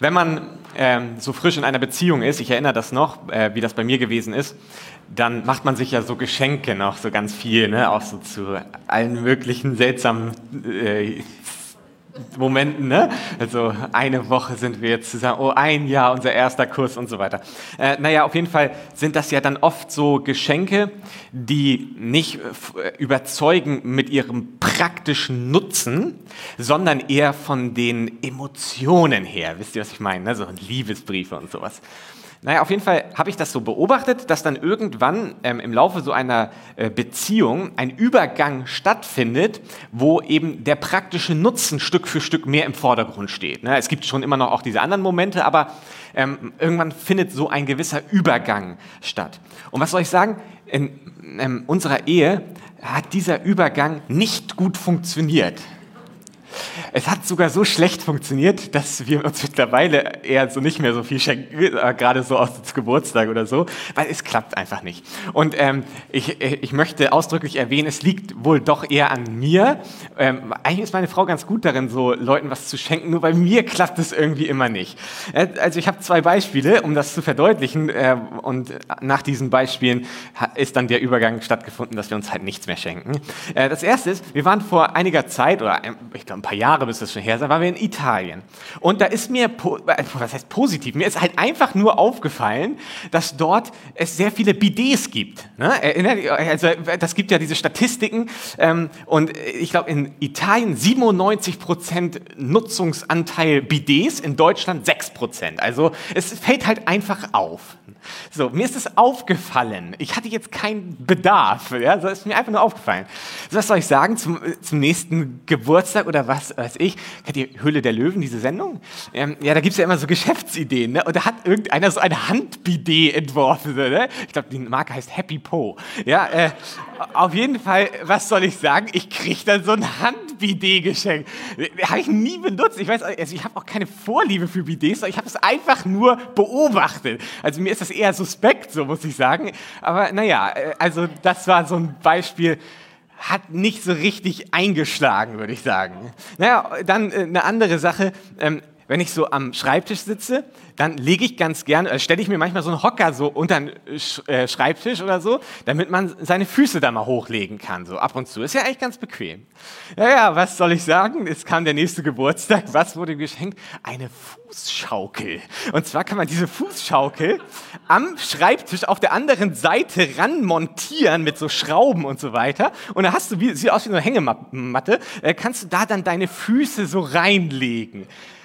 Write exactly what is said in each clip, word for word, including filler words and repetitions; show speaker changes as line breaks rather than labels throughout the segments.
Wenn man ähm, so frisch in einer Beziehung ist, ich erinnere das noch, äh, wie das bei mir gewesen ist, dann macht man sich ja so Geschenke noch so ganz viel, ne? Auch so zu allen möglichen seltsamen äh, Momenten, ne? Also eine Woche sind wir jetzt zusammen, oh, ein Jahr, unser erster Kuss und so weiter. Äh, naja, auf jeden Fall sind das ja dann oft so Geschenke, die nicht äh, überzeugen mit ihrem praktischen Nutzen, sondern eher von den Emotionen her. Wisst ihr, was ich meine? Ne? So Liebesbriefe und sowas. Naja, auf jeden Fall habe ich das so beobachtet, dass dann irgendwann ähm, im Laufe so einer äh, Beziehung ein Übergang stattfindet, wo eben der praktische Nutzen Stück für Stück mehr im Vordergrund steht. Ne? Es gibt schon immer noch auch diese anderen Momente, aber ähm, irgendwann findet so ein gewisser Übergang statt. Und was soll ich sagen? In ähm, unserer Ehe hat dieser Übergang nicht gut funktioniert. Es hat sogar so schlecht funktioniert, dass wir uns mittlerweile eher so nicht mehr so viel schenken, äh, gerade so aus dem Geburtstag oder so, weil es klappt einfach nicht. Und ähm, ich, ich möchte ausdrücklich erwähnen, es liegt wohl doch eher an mir. Ähm, eigentlich ist meine Frau ganz gut darin, so Leuten was zu schenken, nur bei mir klappt es irgendwie immer nicht. Äh, also ich habe zwei Beispiele, um das zu verdeutlichen, äh, und nach diesen Beispielen ist dann der Übergang stattgefunden, dass wir uns halt nichts mehr schenken. Äh, das erste ist, wir waren vor einiger Zeit, oder ich glaube ein paar Jahre, bis das schon her ist, waren wir in Italien. Und da ist mir, was heißt positiv, mir ist halt einfach nur aufgefallen, dass dort es sehr viele Bidets gibt. Ne? Also das gibt ja diese Statistiken, ähm, und ich glaube in Italien siebenundneunzig Prozent Nutzungsanteil Bidets, in Deutschland sechs Prozent. Also es fällt halt einfach auf. So, mir ist es aufgefallen. Ich hatte jetzt keinen Bedarf. Ja, so ist mir einfach nur aufgefallen. So, was soll ich sagen zum, zum nächsten Geburtstag oder was weiß ich? Kennt ihr Höhle der Löwen, diese Sendung? Ähm, ja, da gibt es ja immer so Geschäftsideen. Ne? Und da hat irgendeiner so ein Handbidet entworfen. Ne? Ich glaube, die Marke heißt Happy Po. Ja, äh, auf jeden Fall, was soll ich sagen? Ich kriege dann so ein Handbidet geschenkt. Habe ich nie benutzt. Ich weiß, also ich habe auch keine Vorliebe für Bidets, ich habe es einfach nur beobachtet. Also mir ist das eher suspekt, so muss ich sagen. Aber naja, also das war so ein Beispiel, hat nicht so richtig eingeschlagen, würde ich sagen. Naja, dann eine andere Sache. Ähm, Wenn ich so am Schreibtisch sitze, dann lege ich ganz gerne, äh, stelle ich mir manchmal so einen Hocker so unter den Sch- äh, Schreibtisch oder so, damit man seine Füße da mal hochlegen kann, so ab und zu. Ist ja eigentlich ganz bequem. Naja, was soll ich sagen? Es kam der nächste Geburtstag. Was wurde geschenkt? Eine Fußschaukel. Und zwar kann man diese Fußschaukel am Schreibtisch auf der anderen Seite ran montieren mit so Schrauben und so weiter. Und dann hast du, wie, sieht aus wie so eine Hängematte, äh, kannst du da dann deine Füße so reinlegen.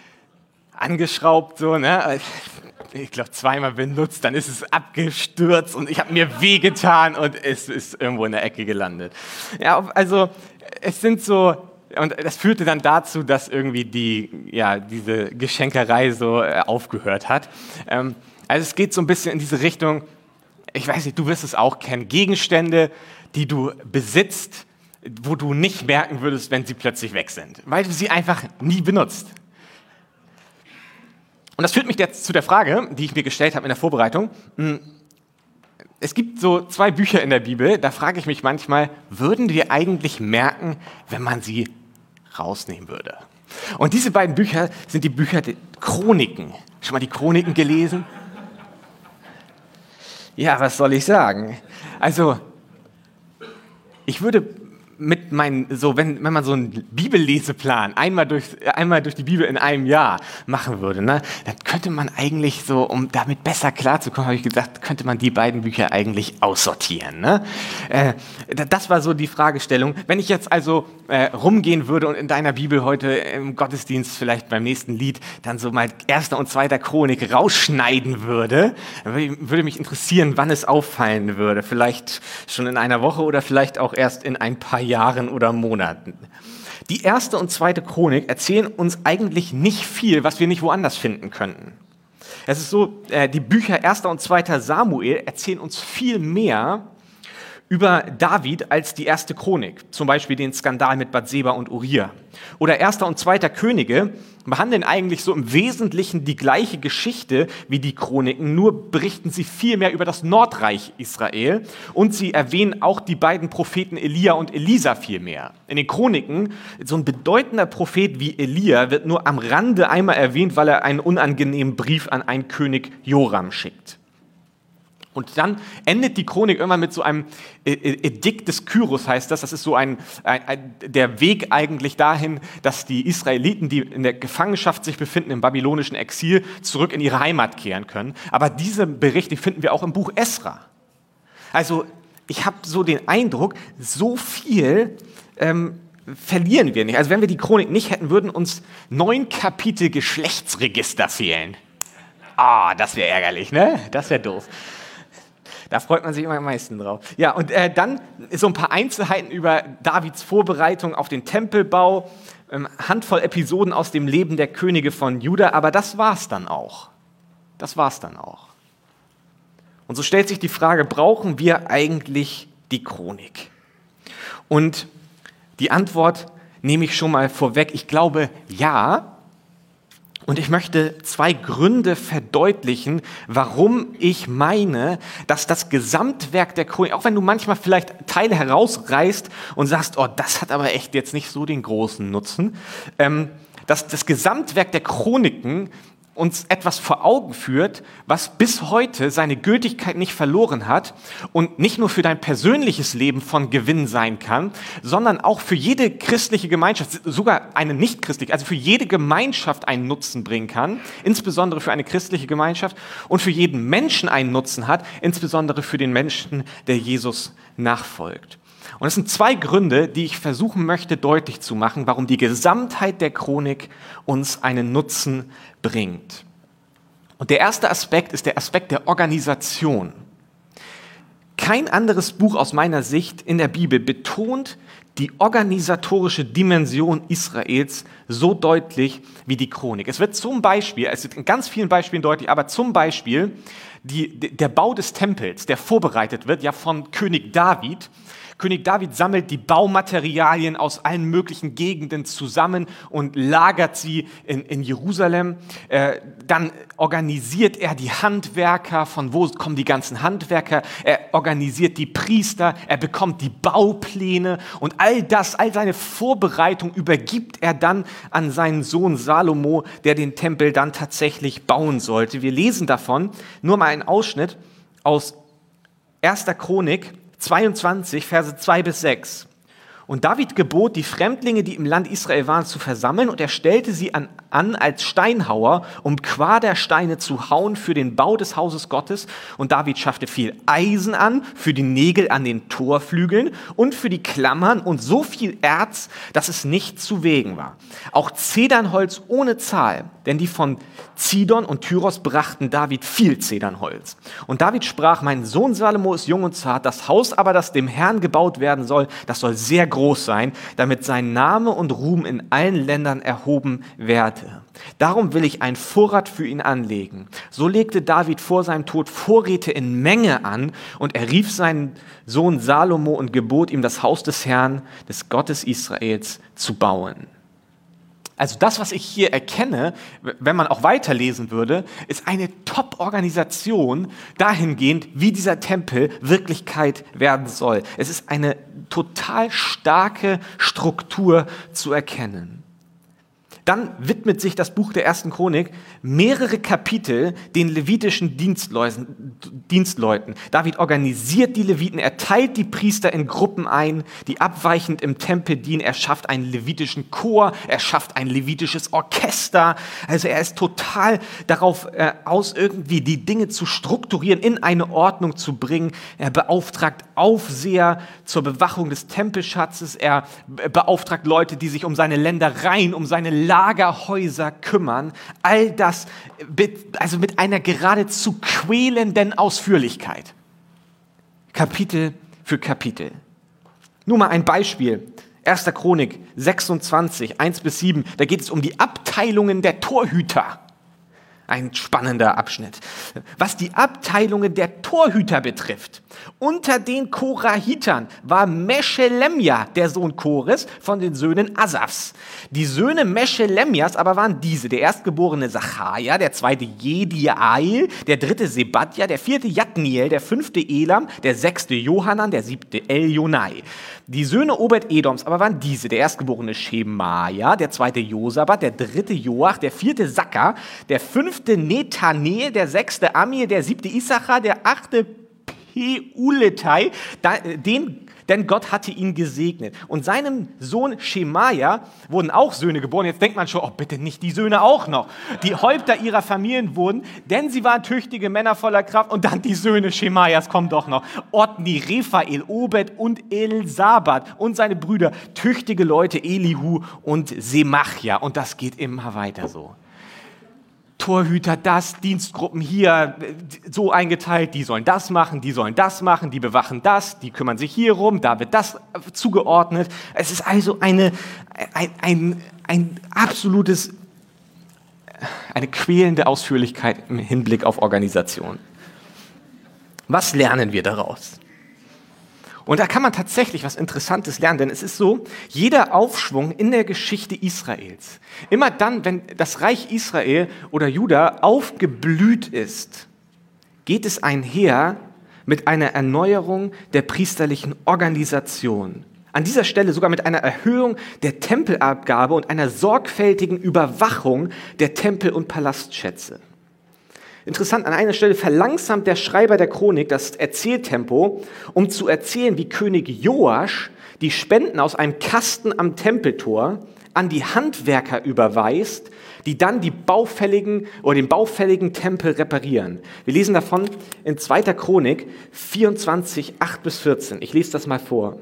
Angeschraubt, so, ne? Ich glaube, zweimal benutzt, dann ist es abgestürzt und ich habe mir wehgetan und es ist irgendwo in der Ecke gelandet. Ja, also es sind so, und das führte dann dazu, dass irgendwie die, ja, diese Geschenkerei so äh, aufgehört hat. Ähm, also es geht so ein bisschen in diese Richtung, ich weiß nicht, du wirst es auch kennen, Gegenstände, die du besitzt, wo du nicht merken würdest, wenn sie plötzlich weg sind, weil du sie einfach nie benutzt. Und das führt mich jetzt zu der Frage, die ich mir gestellt habe in der Vorbereitung. Es gibt so zwei Bücher in der Bibel, da frage ich mich manchmal, würden wir eigentlich merken, wenn man sie rausnehmen würde? Und diese beiden Bücher sind die Bücher der Chroniken. Schon mal die Chroniken gelesen? Ja, was soll ich sagen? Also, ich würde mit meinen, so wenn, wenn man so einen Bibelleseplan einmal durch, einmal durch die Bibel in einem Jahr machen würde, ne, dann könnte man eigentlich so, um damit besser klarzukommen, habe ich gesagt, könnte man die beiden Bücher eigentlich aussortieren. Ne? Äh, das war so die Fragestellung. Wenn ich jetzt also äh, rumgehen würde und in deiner Bibel heute im Gottesdienst vielleicht beim nächsten Lied dann so mal erster und zweiter Chronik rausschneiden würde, dann würde mich interessieren, wann es auffallen würde. Vielleicht schon in einer Woche oder vielleicht auch erst in ein paar Jahren oder Monaten. Die erste und zweite Chronik erzählen uns eigentlich nicht viel, was wir nicht woanders finden könnten. Es ist so, äh, die Bücher erster und zweiter Samuel erzählen uns viel mehr über David als die erste Chronik, zum Beispiel den Skandal mit Bathseba und Uriah. Oder erster und zweiter Könige behandeln eigentlich so im Wesentlichen die gleiche Geschichte wie die Chroniken, nur berichten sie viel mehr über das Nordreich Israel und sie erwähnen auch die beiden Propheten Elia und Elisa viel mehr. In den Chroniken, so ein bedeutender Prophet wie Elia wird nur am Rande einmal erwähnt, weil er einen unangenehmen Brief an einen König Joram schickt. Und dann endet die Chronik irgendwann mit so einem Edikt des Kyros, heißt das. Das ist so ein, ein, ein, der Weg eigentlich dahin, dass die Israeliten, die in der Gefangenschaft sich befinden, im babylonischen Exil, zurück in ihre Heimat kehren können. Aber diese Berichte finden wir auch im Buch Esra. Also ich habe so den Eindruck, so viel ähm, verlieren wir nicht. Also wenn wir die Chronik nicht hätten, würden uns neun Kapitel Geschlechtsregister fehlen. Ah, das wäre ärgerlich, ne? Das wäre doof. Da freut man sich immer am meisten drauf. Ja, und äh, dann so ein paar Einzelheiten über Davids Vorbereitung auf den Tempelbau, ähm, Handvoll Episoden aus dem Leben der Könige von Juda, aber das war's dann auch. Das war's dann auch. Und so stellt sich die Frage, brauchen wir eigentlich die Chronik? Und die Antwort nehme ich schon mal vorweg. Ich glaube, ja. Und ich möchte zwei Gründe verdeutlichen, warum ich meine, dass das Gesamtwerk der Chronik, auch wenn du manchmal vielleicht Teile herausreißt und sagst, oh, das hat aber echt jetzt nicht so den großen Nutzen, ähm, dass das Gesamtwerk der Chroniken uns etwas vor Augen führt, was bis heute seine Gültigkeit nicht verloren hat und nicht nur für dein persönliches Leben von Gewinn sein kann, sondern auch für jede christliche Gemeinschaft, sogar eine nicht-christliche, also für jede Gemeinschaft einen Nutzen bringen kann, insbesondere für eine christliche Gemeinschaft und für jeden Menschen einen Nutzen hat, insbesondere für den Menschen, der Jesus nachfolgt. Und es sind zwei Gründe, die ich versuchen möchte deutlich zu machen, warum die Gesamtheit der Chronik uns einen Nutzen bringt. Und der erste Aspekt ist der Aspekt der Organisation. Kein anderes Buch aus meiner Sicht in der Bibel betont die organisatorische Dimension Israels so deutlich wie die Chronik. Es wird zum Beispiel, es wird in ganz vielen Beispielen deutlich, aber zum Beispiel die, der Bau des Tempels, der vorbereitet wird, ja von König David. König David sammelt die Baumaterialien aus allen möglichen Gegenden zusammen und lagert sie in, in Jerusalem. Äh, dann organisiert er die Handwerker, von wo kommen die ganzen Handwerker? Er organisiert die Priester, er bekommt die Baupläne und all das, all seine Vorbereitung übergibt er dann an seinen Sohn Salomo, der den Tempel dann tatsächlich bauen sollte. Wir lesen davon, nur mal einen Ausschnitt aus erster Chronik, zweiundzwanzig, Verse zwei bis sechs. Und David gebot, die Fremdlinge, die im Land Israel waren, zu versammeln, und er stellte sie an, an als Steinhauer, um Quadersteine zu hauen für den Bau des Hauses Gottes. Und David schaffte viel Eisen an für die Nägel an den Torflügeln und für die Klammern und so viel Erz, dass es nicht zu wägen war. Auch Zedernholz ohne Zahl, denn die von Zidon und Tyros brachten David viel Zedernholz. Und David sprach, mein Sohn Salomo ist jung und zart, das Haus aber, das dem Herrn gebaut werden soll, das soll sehr groß sein, damit sein Name und Ruhm in allen Ländern erhoben werde. Darum will ich einen Vorrat für ihn anlegen. So legte David vor seinem Tod Vorräte in Menge an und er rief seinen Sohn Salomo und gebot ihm, das Haus des Herrn, des Gottes Israels, zu bauen. Also das, was ich hier erkenne, wenn man auch weiterlesen würde, ist eine Top-Organisation dahingehend, wie dieser Tempel Wirklichkeit werden soll. Es ist eine total starke Struktur zu erkennen. Dann widmet sich das Buch der ersten Chronik mehrere Kapitel den levitischen Dienstleuten. Dienstleuten. David organisiert die Leviten, er teilt die Priester in Gruppen ein, die abweichend im Tempel dienen. Er schafft einen levitischen Chor, er schafft ein levitisches Orchester. Also er ist total darauf äh, aus, irgendwie die Dinge zu strukturieren, in eine Ordnung zu bringen. Er beauftragt Aufseher zur Bewachung des Tempelschatzes. Er beauftragt Leute, die sich um seine Ländereien, um seine Lagerhäuser kümmern. All das mit, also mit einer geradezu quälenden Ausführlichkeit. Kapitel für Kapitel. Nur mal ein Beispiel. erster Chronik sechsundzwanzig, eins bis sieben. Da geht es um die Abteilungen der Torhüter. Ein spannender Abschnitt. Was die Abteilungen der Torhüter betrifft, unter den Korahitern war Meschelemja der Sohn Kores von den Söhnen Asafs. Die Söhne Meschelemjas aber waren diese: der erstgeborene Sacharja, der zweite Jediael, der dritte Sebadja, der vierte Jatniel, der fünfte Elam, der sechste Johanan, der siebte Eljonai. Die Söhne Obed-Edoms aber waren diese: der erstgeborene Schemaja, der zweite Josabat, der dritte Joach, der vierte Sakka, der fünfte Nethanel, der sechste Amir, der siebte Issachar, der achte Peuletai, den, denn Gott hatte ihn gesegnet. Und seinem Sohn Schemaja wurden auch Söhne geboren. Jetzt denkt man schon, oh bitte nicht die Söhne auch noch. Die Häupter ihrer Familien wurden, denn sie waren tüchtige Männer voller Kraft. Und dann die Söhne Schemajas kommen doch noch. Otni, Rephael, Obed und Elsabat und seine Brüder, tüchtige Leute, Elihu und Semachja. Und das geht immer weiter so. Torhüter das, Dienstgruppen hier so eingeteilt, die sollen das machen, die sollen das machen, die bewachen das, die kümmern sich hier rum, da wird das zugeordnet. Es ist also eine, ein, ein, ein absolutes, eine quälende Ausführlichkeit im Hinblick auf Organisation. Was lernen wir daraus? Und da kann man tatsächlich was Interessantes lernen, denn es ist so, jeder Aufschwung in der Geschichte Israels, immer dann, wenn das Reich Israel oder Juda aufgeblüht ist, geht es einher mit einer Erneuerung der priesterlichen Organisation. An dieser Stelle sogar mit einer Erhöhung der Tempelabgabe und einer sorgfältigen Überwachung der Tempel- und Palastschätze. Interessant, an einer Stelle verlangsamt der Schreiber der Chronik das Erzähltempo, um zu erzählen, wie König Joasch die Spenden aus einem Kasten am Tempeltor an die Handwerker überweist, die dann die baufälligen oder den baufälligen Tempel reparieren. Wir lesen davon in zweiter Chronik vierundzwanzig, acht bis vierzehn. Ich lese das mal vor.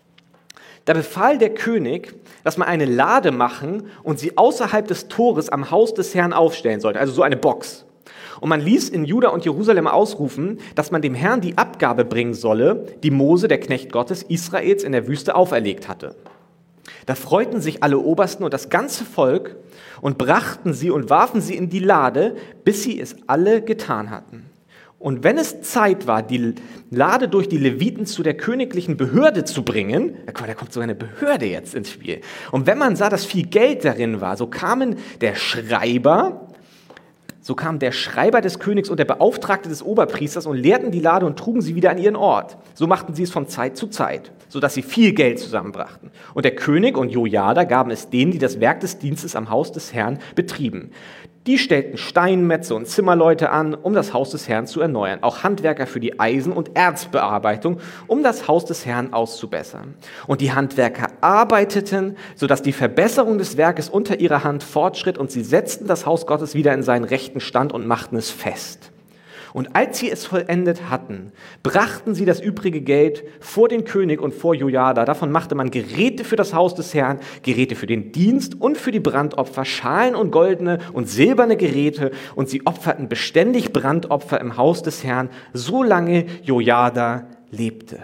Da befahl der König, dass man eine Lade machen und sie außerhalb des Tores am Haus des Herrn aufstellen sollte, also so eine Box. Und man ließ in Juda und Jerusalem ausrufen, dass man dem Herrn die Abgabe bringen solle, die Mose, der Knecht Gottes, Israels in der Wüste auferlegt hatte. Da freuten sich alle Obersten und das ganze Volk und brachten sie und warfen sie in die Lade, bis sie es alle getan hatten. Und wenn es Zeit war, die Lade durch die Leviten zu der königlichen Behörde zu bringen, da kommt sogar eine Behörde jetzt ins Spiel, und wenn man sah, dass viel Geld darin war, so kamen der Schreiber, So kam der Schreiber des Königs und der Beauftragte des Oberpriesters und leerten die Lade und trugen sie wieder an ihren Ort. So machten sie es von Zeit zu Zeit, sodass sie viel Geld zusammenbrachten. Und der König und Jojada gaben es denen, die das Werk des Dienstes am Haus des Herrn betrieben. Die stellten Steinmetze und Zimmerleute an, um das Haus des Herrn zu erneuern. Auch Handwerker für die Eisen- und Erzbearbeitung, um das Haus des Herrn auszubessern. Und die Handwerker arbeiteten, sodass die Verbesserung des Werkes unter ihrer Hand fortschritt, und sie setzten das Haus Gottes wieder in seinen rechten Stand und machten es fest. Und als sie es vollendet hatten, brachten sie das übrige Geld vor den König und vor Jojada. Davon machte man Geräte für das Haus des Herrn, Geräte für den Dienst und für die Brandopfer, Schalen und goldene und silberne Geräte. Und sie opferten beständig Brandopfer im Haus des Herrn, solange Jojada lebte.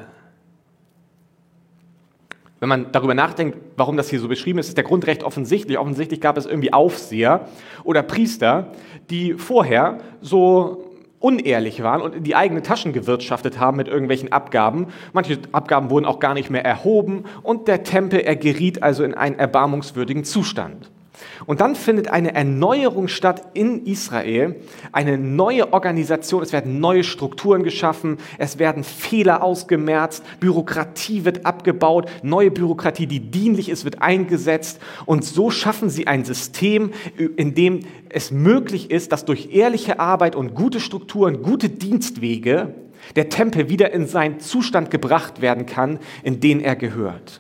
Wenn man darüber nachdenkt, warum das hier so beschrieben ist, ist der Grund recht offensichtlich. Offensichtlich gab es irgendwie Aufseher oder Priester, die vorher so unehrlich waren und in die eigenen Taschen gewirtschaftet haben mit irgendwelchen Abgaben. Manche Abgaben wurden auch gar nicht mehr erhoben und der Tempel, er geriet also in einen erbarmungswürdigen Zustand. Und dann findet eine Erneuerung statt in Israel, eine neue Organisation, es werden neue Strukturen geschaffen, es werden Fehler ausgemerzt, Bürokratie wird abgebaut, neue Bürokratie, die dienlich ist, wird eingesetzt, und so schaffen sie ein System, in dem es möglich ist, dass durch ehrliche Arbeit und gute Strukturen, gute Dienstwege der Tempel wieder in seinen Zustand gebracht werden kann, in den er gehört.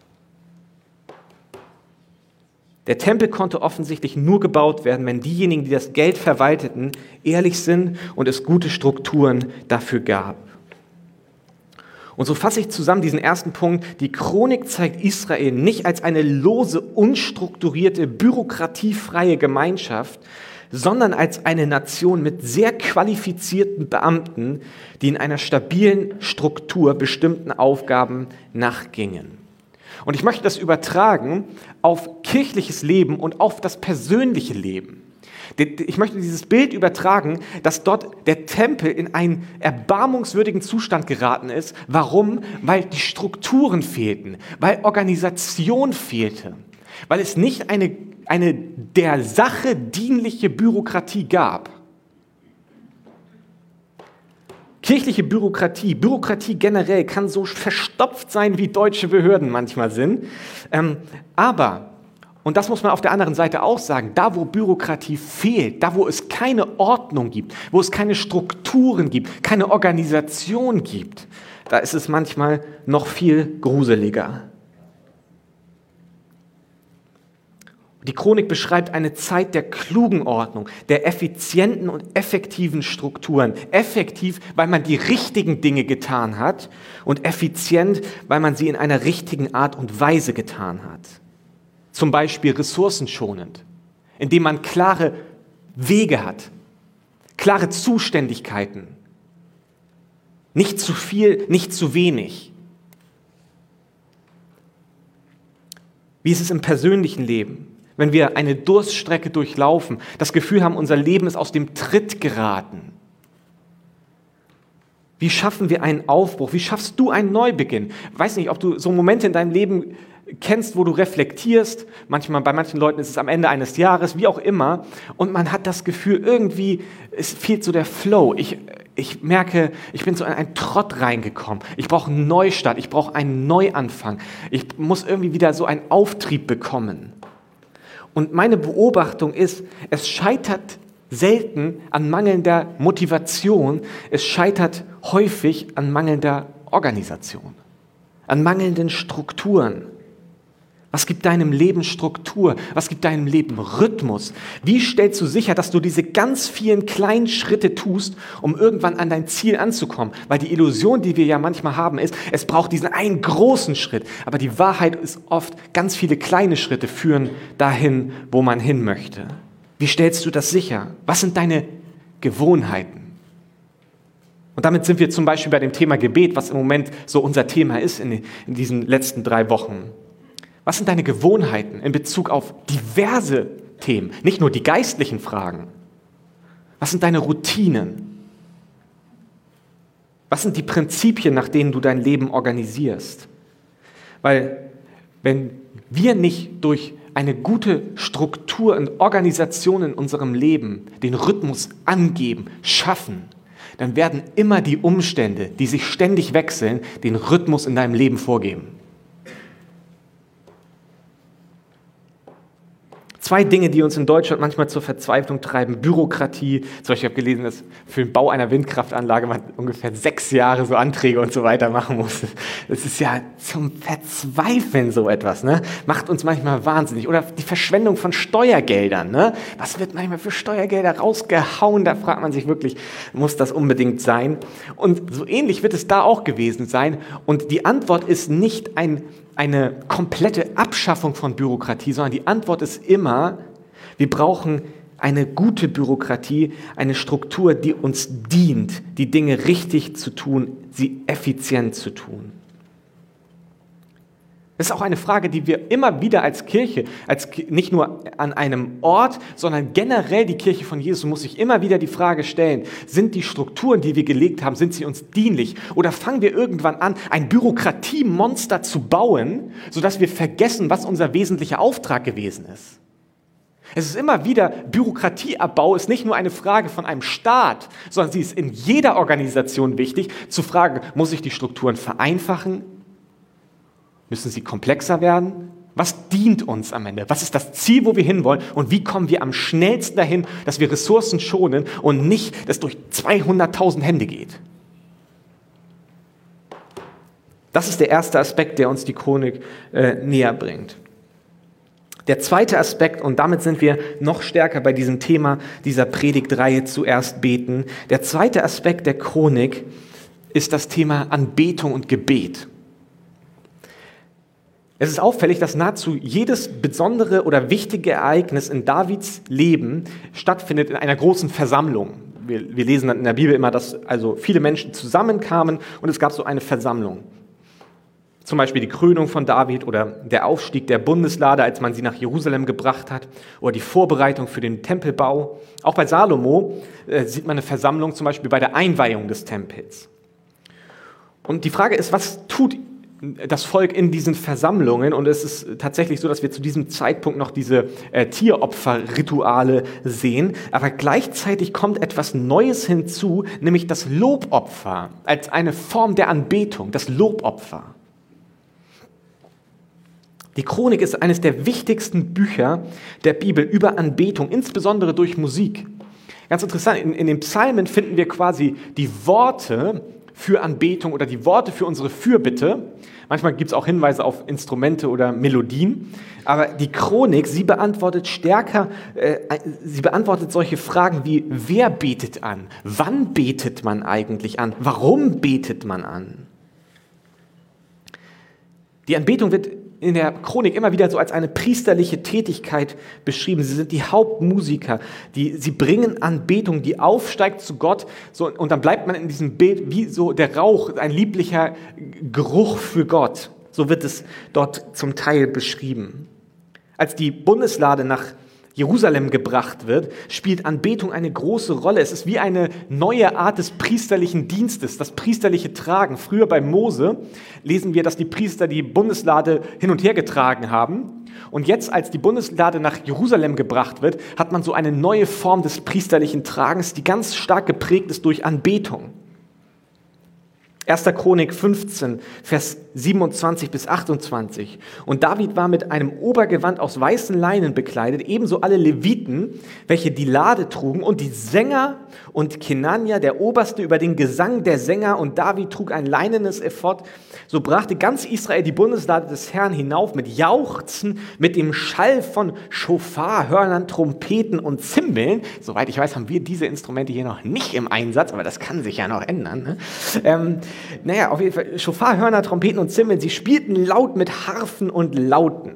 Der Tempel konnte offensichtlich nur gebaut werden, wenn diejenigen, die das Geld verwalteten, ehrlich sind und es gute Strukturen dafür gab. Und so fasse ich zusammen diesen ersten Punkt: Die Chronik zeigt Israel nicht als eine lose, unstrukturierte, bürokratiefreie Gemeinschaft, sondern als eine Nation mit sehr qualifizierten Beamten, die in einer stabilen Struktur bestimmten Aufgaben nachgingen. Und ich möchte das übertragen auf kirchliches Leben und auf das persönliche Leben. Ich möchte dieses Bild übertragen, dass dort der Tempel in einen erbarmungswürdigen Zustand geraten ist. Warum? Weil die Strukturen fehlten, weil Organisation fehlte, weil es nicht eine, eine der Sache dienliche Bürokratie gab. Kirchliche Bürokratie, Bürokratie generell kann so verstopft sein, wie deutsche Behörden manchmal sind. Ähm, aber, und das muss man auf der anderen Seite auch sagen, da wo Bürokratie fehlt, da wo es keine Ordnung gibt, wo es keine Strukturen gibt, keine Organisation gibt, da ist es manchmal noch viel gruseliger. Die Chronik beschreibt eine Zeit der klugen Ordnung, der effizienten und effektiven Strukturen. Effektiv, weil man die richtigen Dinge getan hat und effizient, weil man sie in einer richtigen Art und Weise getan hat. Zum Beispiel ressourcenschonend, indem man klare Wege hat, klare Zuständigkeiten. Nicht zu viel, nicht zu wenig. Wie ist es im persönlichen Leben? Wenn wir eine Durststrecke durchlaufen, das Gefühl haben, unser Leben ist aus dem Tritt geraten. Wie schaffen wir einen Aufbruch? Wie schaffst du einen Neubeginn? Ich weiß nicht, ob du so Momente in deinem Leben kennst, wo du reflektierst. Manchmal, bei manchen Leuten ist es am Ende eines Jahres, wie auch immer. Und man hat das Gefühl, irgendwie, es fehlt so der Flow. Ich, ich merke, ich bin so in einen Trott reingekommen. Ich brauche einen Neustart, ich brauche einen Neuanfang. Ich muss irgendwie wieder so einen Auftrieb bekommen. Und meine Beobachtung ist, es scheitert selten an mangelnder Motivation, es scheitert häufig an mangelnder Organisation, an mangelnden Strukturen. Was gibt deinem Leben Struktur? Was gibt deinem Leben Rhythmus? Wie stellst du sicher, dass du diese ganz vielen kleinen Schritte tust, um irgendwann an dein Ziel anzukommen? Weil die Illusion, die wir ja manchmal haben, ist, es braucht diesen einen großen Schritt. Aber die Wahrheit ist oft, ganz viele kleine Schritte führen dahin, wo man hin möchte. Wie stellst du das sicher? Was sind deine Gewohnheiten? Und damit sind wir zum Beispiel bei dem Thema Gebet, was im Moment so unser Thema ist in, in diesen letzten drei Wochen. Was sind deine Gewohnheiten in Bezug auf diverse Themen, nicht nur die geistlichen Fragen? Was sind deine Routinen? Was sind die Prinzipien, nach denen du dein Leben organisierst? Weil wenn wir nicht durch eine gute Struktur und Organisation in unserem Leben den Rhythmus angeben, schaffen, dann werden immer die Umstände, die sich ständig wechseln, den Rhythmus in deinem Leben vorgeben. Zwei Dinge, die uns in Deutschland manchmal zur Verzweiflung treiben. Bürokratie. Zum Beispiel habe ich gelesen, dass für den Bau einer Windkraftanlage man ungefähr sechs Jahre so Anträge und so weiter machen muss. Das ist ja zum Verzweifeln so etwas, ne? Macht uns manchmal wahnsinnig. Oder die Verschwendung von Steuergeldern, ne? Was wird manchmal für Steuergelder rausgehauen? Da fragt man sich wirklich, muss das unbedingt sein? Und so ähnlich wird es da auch gewesen sein. Und die Antwort ist nicht ein eine komplette Abschaffung von Bürokratie, sondern die Antwort ist immer, wir brauchen eine gute Bürokratie, eine Struktur, die uns dient, die Dinge richtig zu tun, sie effizient zu tun. Das ist auch eine Frage, die wir immer wieder als Kirche, als nicht nur an einem Ort, sondern generell die Kirche von Jesus muss sich immer wieder die Frage stellen, sind die Strukturen, die wir gelegt haben, sind sie uns dienlich? Oder fangen wir irgendwann an, ein Bürokratiemonster zu bauen, sodass wir vergessen, was unser wesentlicher Auftrag gewesen ist? Es ist immer wieder, Bürokratieabbau ist nicht nur eine Frage von einem Staat, sondern sie ist in jeder Organisation wichtig, zu fragen, muss ich die Strukturen vereinfachen? Müssen sie komplexer werden? Was dient uns am Ende? Was ist das Ziel, wo wir hinwollen? Und wie kommen wir am schnellsten dahin, dass wir Ressourcen schonen und nicht, dass durch zweihunderttausend Hände geht? Das ist der erste Aspekt, der uns die Chronik äh, näher bringt. Der zweite Aspekt, und damit sind wir noch stärker bei diesem Thema dieser Predigtreihe zuerst beten. Der zweite Aspekt der Chronik ist das Thema Anbetung und Gebet. Es ist auffällig, dass nahezu jedes besondere oder wichtige Ereignis in Davids Leben stattfindet in einer großen Versammlung. Wir, wir lesen dann in der Bibel immer, dass also viele Menschen zusammenkamen und es gab so eine Versammlung. Zum Beispiel die Krönung von David oder der Aufstieg der Bundeslade, als man sie nach Jerusalem gebracht hat, oder die Vorbereitung für den Tempelbau. Auch bei Salomo äh, sieht man eine Versammlung, zum Beispiel bei der Einweihung des Tempels. Und die Frage ist, was tut das Volk in diesen Versammlungen? Und es ist tatsächlich so, dass wir zu diesem Zeitpunkt noch diese äh, Tieropferrituale sehen. Aber gleichzeitig kommt etwas Neues hinzu, nämlich das Lobopfer als eine Form der Anbetung, das Lobopfer. Die Chronik ist eines der wichtigsten Bücher der Bibel über Anbetung, insbesondere durch Musik. Ganz interessant, in, in den Psalmen finden wir quasi die Worte für Anbetung oder die Worte für unsere Fürbitte. Manchmal gibt es auch Hinweise auf Instrumente oder Melodien. Aber die Chronik, sie beantwortet stärker, äh, sie beantwortet solche Fragen wie, wer betet an? Wann betet man eigentlich an? Warum betet man an? Die Anbetung wird in der Chronik immer wieder so als eine priesterliche Tätigkeit beschrieben. Sie sind die Hauptmusiker, die, sie bringen Anbetung, die aufsteigt zu Gott, so, und dann bleibt man in diesem Bild wie so der Rauch, ein lieblicher Geruch für Gott. So wird es dort zum Teil beschrieben. Als die Bundeslade nach Jerusalem gebracht wird, spielt Anbetung eine große Rolle. Es ist wie eine neue Art des priesterlichen Dienstes, das priesterliche Tragen. Früher bei Mose lesen wir, dass die Priester die Bundeslade hin und her getragen haben. Und jetzt, als die Bundeslade nach Jerusalem gebracht wird, hat man so eine neue Form des priesterlichen Tragens, die ganz stark geprägt ist durch Anbetung. erster Chronik fünfzehn, Vers siebenundzwanzig bis achtundzwanzig. Und David war mit einem Obergewand aus weißen Leinen bekleidet, ebenso alle Leviten, welche die Lade trugen, und die Sänger und Kenania, der Oberste, über den Gesang der Sänger, und David trug ein leinenes Ephod. So brachte ganz Israel die Bundeslade des Herrn hinauf mit Jauchzen, mit dem Schall von Schofar, Hörnern, Trompeten und Zimbeln. Soweit ich weiß, haben wir diese Instrumente hier noch nicht im Einsatz, aber das kann sich ja noch ändern. Ne? Ähm, naja, auf jeden Fall, Schofar, Hörner, Trompeten und Zimbeln, sie spielten laut mit Harfen und Lauten.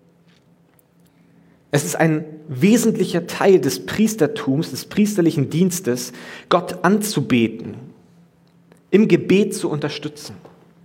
Es ist ein wesentlicher Teil des Priestertums, des priesterlichen Dienstes, Gott anzubeten, im Gebet zu unterstützen.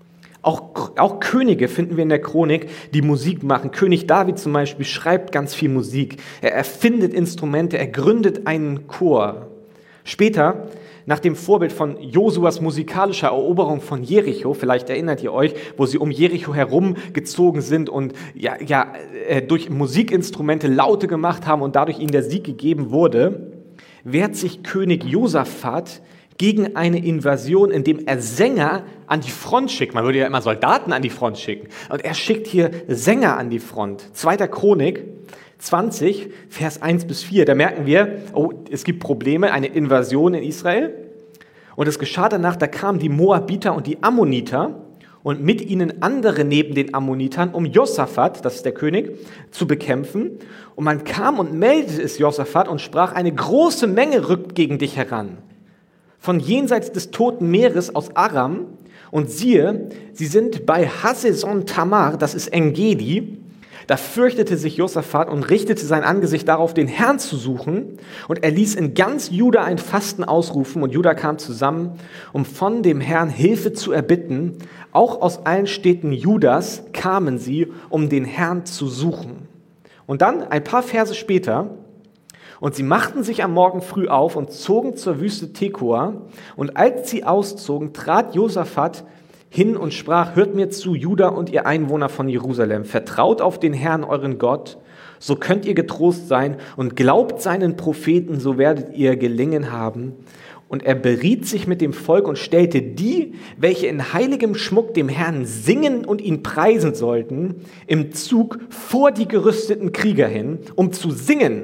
Auch, auch Könige finden wir in der Chronik, die Musik machen. König David zum Beispiel schreibt ganz viel Musik. Er erfindet Instrumente, er gründet einen Chor. Später, nach dem Vorbild von Josuas musikalischer Eroberung von Jericho, vielleicht erinnert ihr euch, wo sie um Jericho herumgezogen sind und ja, ja, durch Musikinstrumente Laute gemacht haben und dadurch ihnen der Sieg gegeben wurde, wehrt sich König Josaphat gegen eine Invasion, indem er Sänger an die Front schickt. Man würde ja immer Soldaten an die Front schicken. Und er schickt hier Sänger an die Front. zweiter Chronik zwanzig, Vers eins bis vier. Da merken wir, oh, es gibt Probleme, eine Invasion in Israel. Und es geschah danach, da kamen die Moabiter und die Ammoniter und mit ihnen andere neben den Ammonitern, um Josaphat, das ist der König, zu bekämpfen. Und man kam und meldete es Josaphat und sprach, eine große Menge rückt gegen dich heran. Von jenseits des Toten Meeres aus Aram, und siehe, sie sind bei Haseson Tamar, das ist Engedi. Da fürchtete sich Josaphat und richtete sein Angesicht darauf, den Herrn zu suchen, und er ließ in ganz Juda ein Fasten ausrufen, und Juda kam zusammen, um von dem Herrn Hilfe zu erbitten. Auch aus allen Städten Judas kamen sie, um den Herrn zu suchen. Und dann, ein paar Verse später, und sie machten sich am Morgen früh auf und zogen zur Wüste Tekoa. Und als sie auszogen, trat Josaphat hin und sprach, hört mir zu, Juda und ihr Einwohner von Jerusalem, vertraut auf den Herrn, euren Gott, so könnt ihr getrost sein, und glaubt seinen Propheten, so werdet ihr gelingen haben. Und er beriet sich mit dem Volk und stellte die, welche in heiligem Schmuck dem Herrn singen und ihn preisen sollten, im Zug vor die gerüsteten Krieger hin, um zu singen.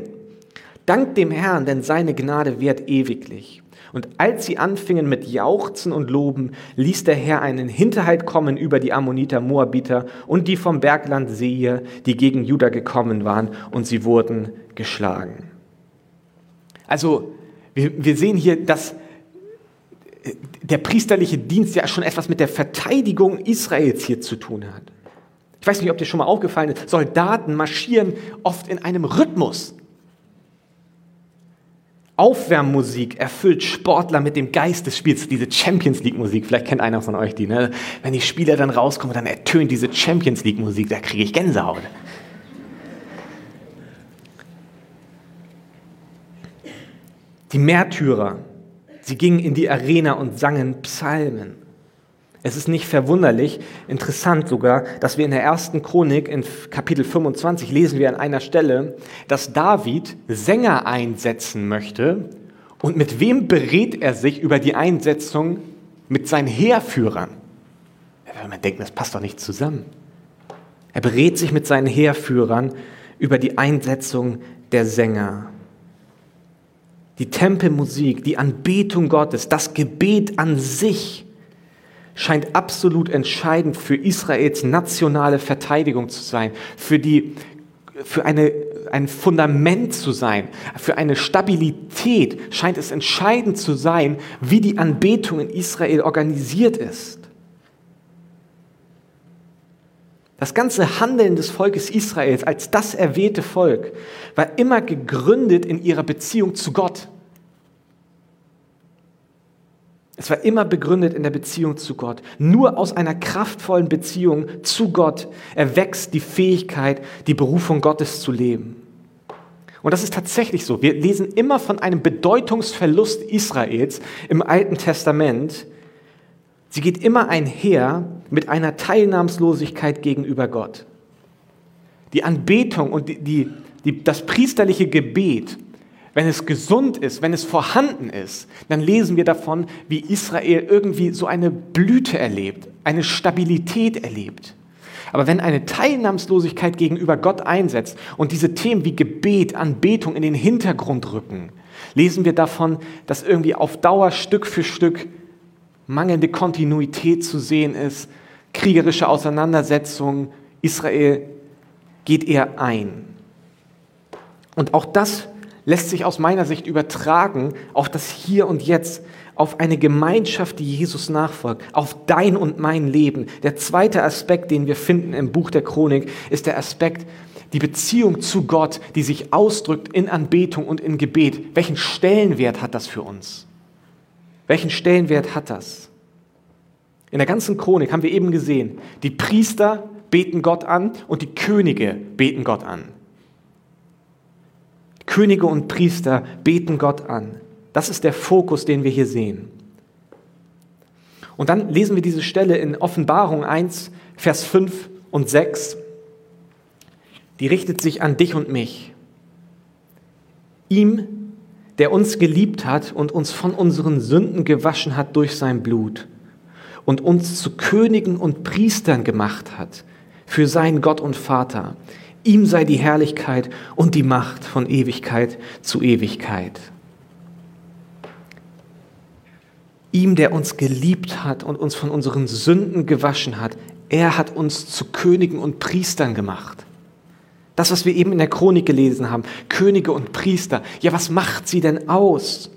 Dank dem Herrn, denn seine Gnade währt ewiglich. Und als sie anfingen mit Jauchzen und Loben, ließ der Herr einen Hinterhalt kommen über die Ammoniter, Moabiter und die vom Bergland Seir, die gegen Juda gekommen waren, und sie wurden geschlagen. Also, wir, wir sehen hier, dass der priesterliche Dienst ja schon etwas mit der Verteidigung Israels hier zu tun hat. Ich weiß nicht, ob dir schon mal aufgefallen ist, Soldaten marschieren oft in einem Rhythmus. Aufwärmmusik erfüllt Sportler mit dem Geist des Spiels, diese Champions League Musik, vielleicht kennt einer von euch die, ne? Wenn die Spieler dann rauskommen, dann ertönt diese Champions League Musik, da kriege ich Gänsehaut. Die Märtyrer, sie gingen in die Arena und sangen Psalmen. Es ist nicht verwunderlich, interessant sogar, dass wir in der ersten Chronik in Kapitel fünfundzwanzig lesen wir an einer Stelle, dass David Sänger einsetzen möchte. Und mit wem berät er sich über die Einsetzung? Mit seinen Heerführern. Wenn man denkt, das passt doch nicht zusammen. Er berät sich mit seinen Heerführern über die Einsetzung der Sänger. Die Tempelmusik, die Anbetung Gottes, das Gebet an sich scheint absolut entscheidend für Israels nationale Verteidigung zu sein, für, die, für eine, ein Fundament zu sein, für eine Stabilität scheint es entscheidend zu sein, wie die Anbetung in Israel organisiert ist. Das ganze Handeln des Volkes Israels als das erwählte Volk war immer gegründet in ihrer Beziehung zu Gott. Es war immer begründet in der Beziehung zu Gott. Nur aus einer kraftvollen Beziehung zu Gott erwächst die Fähigkeit, die Berufung Gottes zu leben. Und das ist tatsächlich so. Wir lesen immer von einem Bedeutungsverlust Israels im Alten Testament. Sie geht immer einher mit einer Teilnahmslosigkeit gegenüber Gott. Die Anbetung und die, die, die, das priesterliche Gebet, wenn es gesund ist, wenn es vorhanden ist, dann lesen wir davon, wie Israel irgendwie so eine Blüte erlebt, eine Stabilität erlebt. Aber wenn eine Teilnahmslosigkeit gegenüber Gott einsetzt und diese Themen wie Gebet, Anbetung in den Hintergrund rücken, lesen wir davon, dass irgendwie auf Dauer Stück für Stück mangelnde Kontinuität zu sehen ist, kriegerische Auseinandersetzungen, Israel geht eher ein. Und auch das lässt sich aus meiner Sicht übertragen auf das Hier und Jetzt, auf eine Gemeinschaft, die Jesus nachfolgt, auf dein und mein Leben. Der zweite Aspekt, den wir finden im Buch der Chronik, ist der Aspekt, die Beziehung zu Gott, die sich ausdrückt in Anbetung und in Gebet. Welchen Stellenwert hat das für uns? Welchen Stellenwert hat das? In der ganzen Chronik haben wir eben gesehen, die Priester beten Gott an und die Könige beten Gott an. Könige und Priester beten Gott an. Das ist der Fokus, den wir hier sehen. Und dann lesen wir diese Stelle in Offenbarung eins, Vers fünf und sechs. Die richtet sich an dich und mich. Ihm, der uns geliebt hat und uns von unseren Sünden gewaschen hat durch sein Blut und uns zu Königen und Priestern gemacht hat für seinen Gott und Vater. Ihm sei die Herrlichkeit und die Macht von Ewigkeit zu Ewigkeit. Ihm, der uns geliebt hat und uns von unseren Sünden gewaschen hat, er hat uns zu Königen und Priestern gemacht. Das, was wir eben in der Chronik gelesen haben, Könige und Priester, ja, was macht sie denn aus?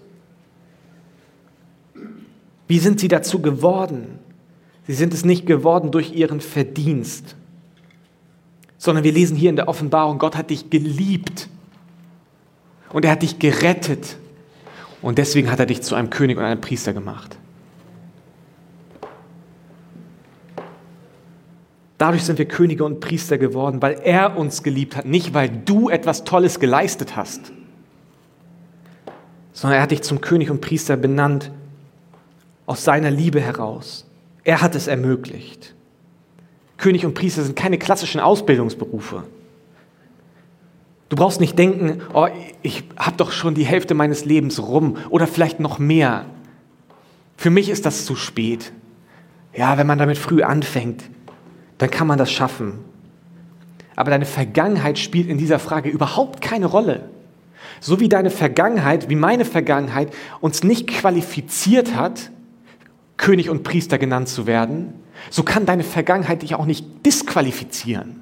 Wie sind sie dazu geworden? Sie sind es nicht geworden durch ihren Verdienst, sondern wir lesen hier in der Offenbarung, Gott hat dich geliebt und er hat dich gerettet und deswegen hat er dich zu einem König und einem Priester gemacht. Dadurch sind wir Könige und Priester geworden, weil er uns geliebt hat, nicht weil du etwas Tolles geleistet hast, sondern er hat dich zum König und Priester benannt aus seiner Liebe heraus. Er hat es ermöglicht. König und Priester sind keine klassischen Ausbildungsberufe. Du brauchst nicht denken, oh, ich habe doch schon die Hälfte meines Lebens rum oder vielleicht noch mehr. Für mich ist das zu spät. Ja, wenn man damit früh anfängt, dann kann man das schaffen. Aber deine Vergangenheit spielt in dieser Frage überhaupt keine Rolle. So wie deine Vergangenheit, wie meine Vergangenheit uns nicht qualifiziert hat, König und Priester genannt zu werden, so kann deine Vergangenheit dich auch nicht disqualifizieren.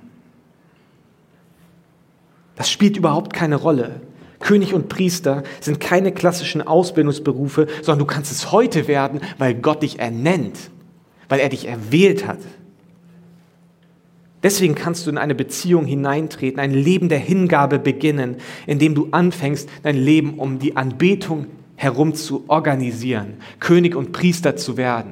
Das spielt überhaupt keine Rolle. König und Priester sind keine klassischen Ausbildungsberufe, sondern du kannst es heute werden, weil Gott dich ernennt, weil er dich erwählt hat.
Deswegen kannst du in eine Beziehung hineintreten, ein Leben der Hingabe beginnen, indem du anfängst, dein Leben um die Anbetung herum zu organisieren, König und Priester zu werden.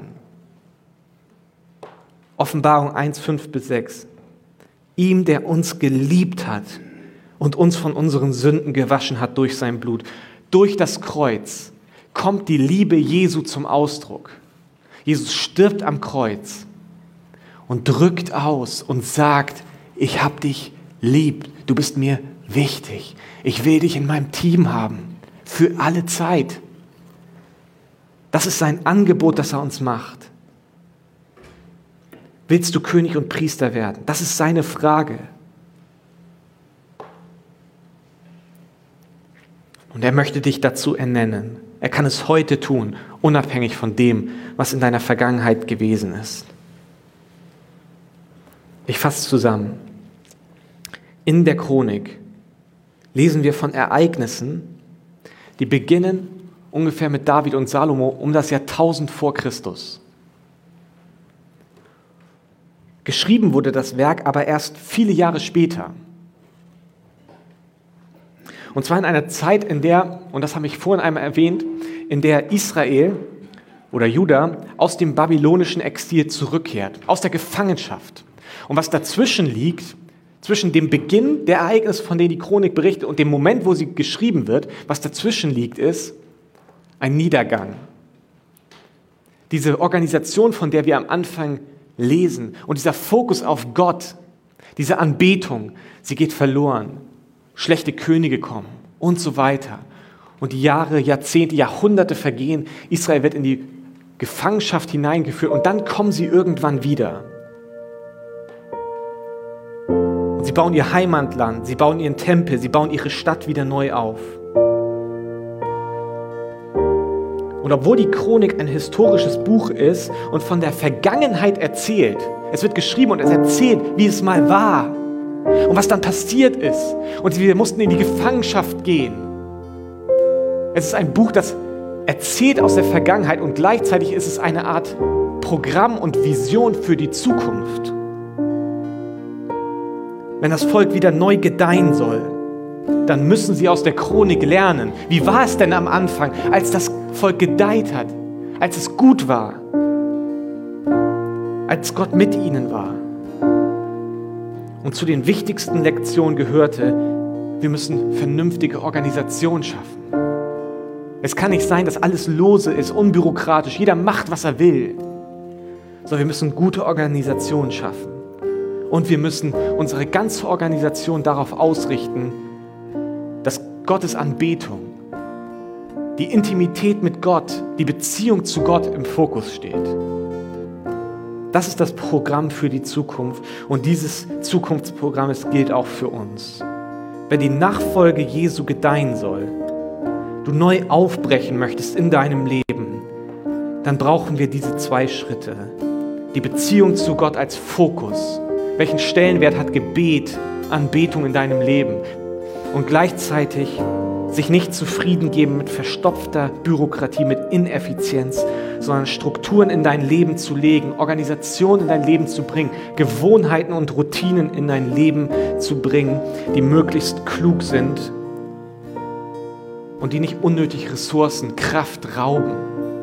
Offenbarung eins, fünf bis sechs. Ihm, der uns geliebt hat und uns von unseren Sünden gewaschen hat durch sein Blut. Durch das Kreuz kommt die Liebe Jesu zum Ausdruck. Jesus stirbt am Kreuz und drückt aus und sagt, ich hab dich lieb, du bist mir wichtig, ich will dich in meinem Team haben, für alle Zeit. Das ist sein Angebot, das er uns macht. Willst du König und Priester werden? Das ist seine Frage. Und er möchte dich dazu ernennen. Er kann es heute tun, unabhängig von dem, was in deiner Vergangenheit gewesen ist. Ich fasse zusammen. In der Chronik lesen wir von Ereignissen, die beginnen ungefähr mit David und Salomo um das Jahrtausend vor Christus. Geschrieben wurde das Werk aber erst viele Jahre später. Und zwar in einer Zeit, in der, und das habe ich vorhin einmal erwähnt, in der Israel oder Juda aus dem babylonischen Exil zurückkehrt, aus der Gefangenschaft. Und was dazwischen liegt, zwischen dem Beginn der Ereignisse, von denen die Chronik berichtet, und dem Moment, wo sie geschrieben wird, was dazwischen liegt, ist ein Niedergang. Diese Organisation, von der wir am Anfang lesen, und dieser Fokus auf Gott, diese Anbetung, sie geht verloren. Schlechte Könige kommen und so weiter. Und die Jahre, Jahrzehnte, Jahrhunderte vergehen. Israel wird in die Gefangenschaft hineingeführt und dann kommen sie irgendwann wieder. Und sie bauen ihr Heimatland, sie bauen ihren Tempel, sie bauen ihre Stadt wieder neu auf. Und obwohl die Chronik ein historisches Buch ist und von der Vergangenheit erzählt, es wird geschrieben und es erzählt, wie es mal war und was dann passiert ist. Und wir mussten in die Gefangenschaft gehen. Es ist ein Buch, das erzählt aus der Vergangenheit und gleichzeitig ist es eine Art Programm und Vision für die Zukunft. Wenn das Volk wieder neu gedeihen soll, dann müssen sie aus der Chronik lernen. Wie war es denn am Anfang, als das Volk gedeiht hat, als es gut war, als Gott mit ihnen war? Und zu den wichtigsten Lektionen gehörte, wir müssen vernünftige Organisation schaffen. Es kann nicht sein, dass alles lose ist, unbürokratisch, jeder macht, was er will. Sondern wir müssen gute Organisation schaffen. Und wir müssen unsere ganze Organisation darauf ausrichten, dass Gottes Anbetung, die Intimität mit Gott, die Beziehung zu Gott im Fokus steht. Das ist das Programm für die Zukunft und dieses Zukunftsprogramm gilt auch für uns. Wenn die Nachfolge Jesu gedeihen soll, du neu aufbrechen möchtest in deinem Leben, dann brauchen wir diese zwei Schritte. Die Beziehung zu Gott als Fokus. Welchen Stellenwert hat Gebet, Anbetung in deinem Leben? Und gleichzeitig sich nicht zufrieden geben mit verstopfter Bürokratie, mit Ineffizienz, sondern Strukturen in dein Leben zu legen, Organisation in dein Leben zu bringen, Gewohnheiten und Routinen in dein Leben zu bringen, die möglichst klug sind und die nicht unnötig Ressourcen, Kraft rauben.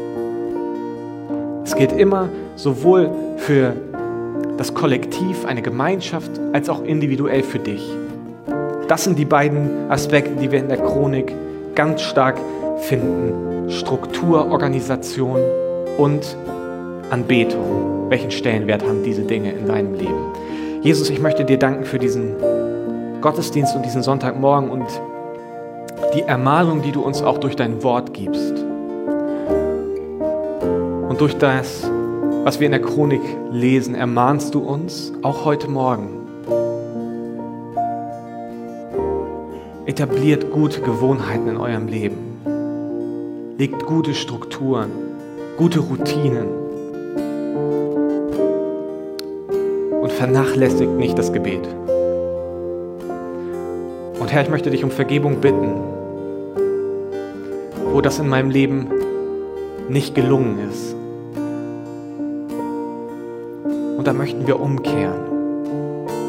Es gilt immer sowohl für das Kollektiv, eine Gemeinschaft, als auch individuell für dich. Das sind die beiden Aspekte, die wir in der Chronik ganz stark finden. Struktur, Organisation und Anbetung. Welchen Stellenwert haben diese Dinge in deinem Leben? Jesus, ich möchte dir danken für diesen Gottesdienst und diesen Sonntagmorgen und die Ermahnung, die du uns auch durch dein Wort gibst. Und durch das, was wir in der Chronik lesen, ermahnst du uns auch heute Morgen. Etabliert gute Gewohnheiten in eurem Leben. Legt gute Strukturen, gute Routinen. Und vernachlässigt nicht das Gebet. Und Herr, ich möchte dich um Vergebung bitten, wo das in meinem Leben nicht gelungen ist. Und da möchten wir umkehren.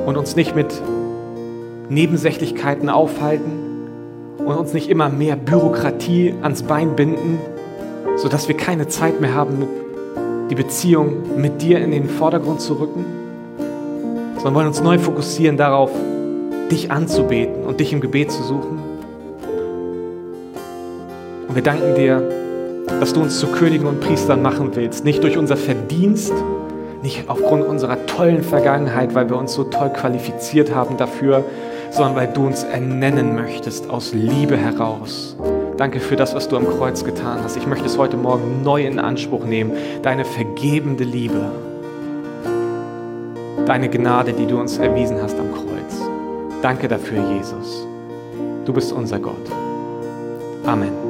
und uns nicht mit Nebensächlichkeiten aufhalten und uns nicht immer mehr Bürokratie ans Bein binden, sodass wir keine Zeit mehr haben, die Beziehung mit dir in den Vordergrund zu rücken, sondern wollen uns neu fokussieren darauf, dich anzubeten und dich im Gebet zu suchen. Und wir danken dir, dass du uns zu Königen und Priestern machen willst, nicht durch unser Verdienst, nicht aufgrund unserer tollen Vergangenheit, weil wir uns so toll qualifiziert haben dafür, sondern weil du uns ernennen möchtest aus Liebe heraus. Danke für das, was du am Kreuz getan hast. Ich möchte es heute Morgen neu in Anspruch nehmen, deine vergebende Liebe, deine Gnade, die du uns erwiesen hast am Kreuz. Danke dafür, Jesus. Du bist unser Gott. Amen.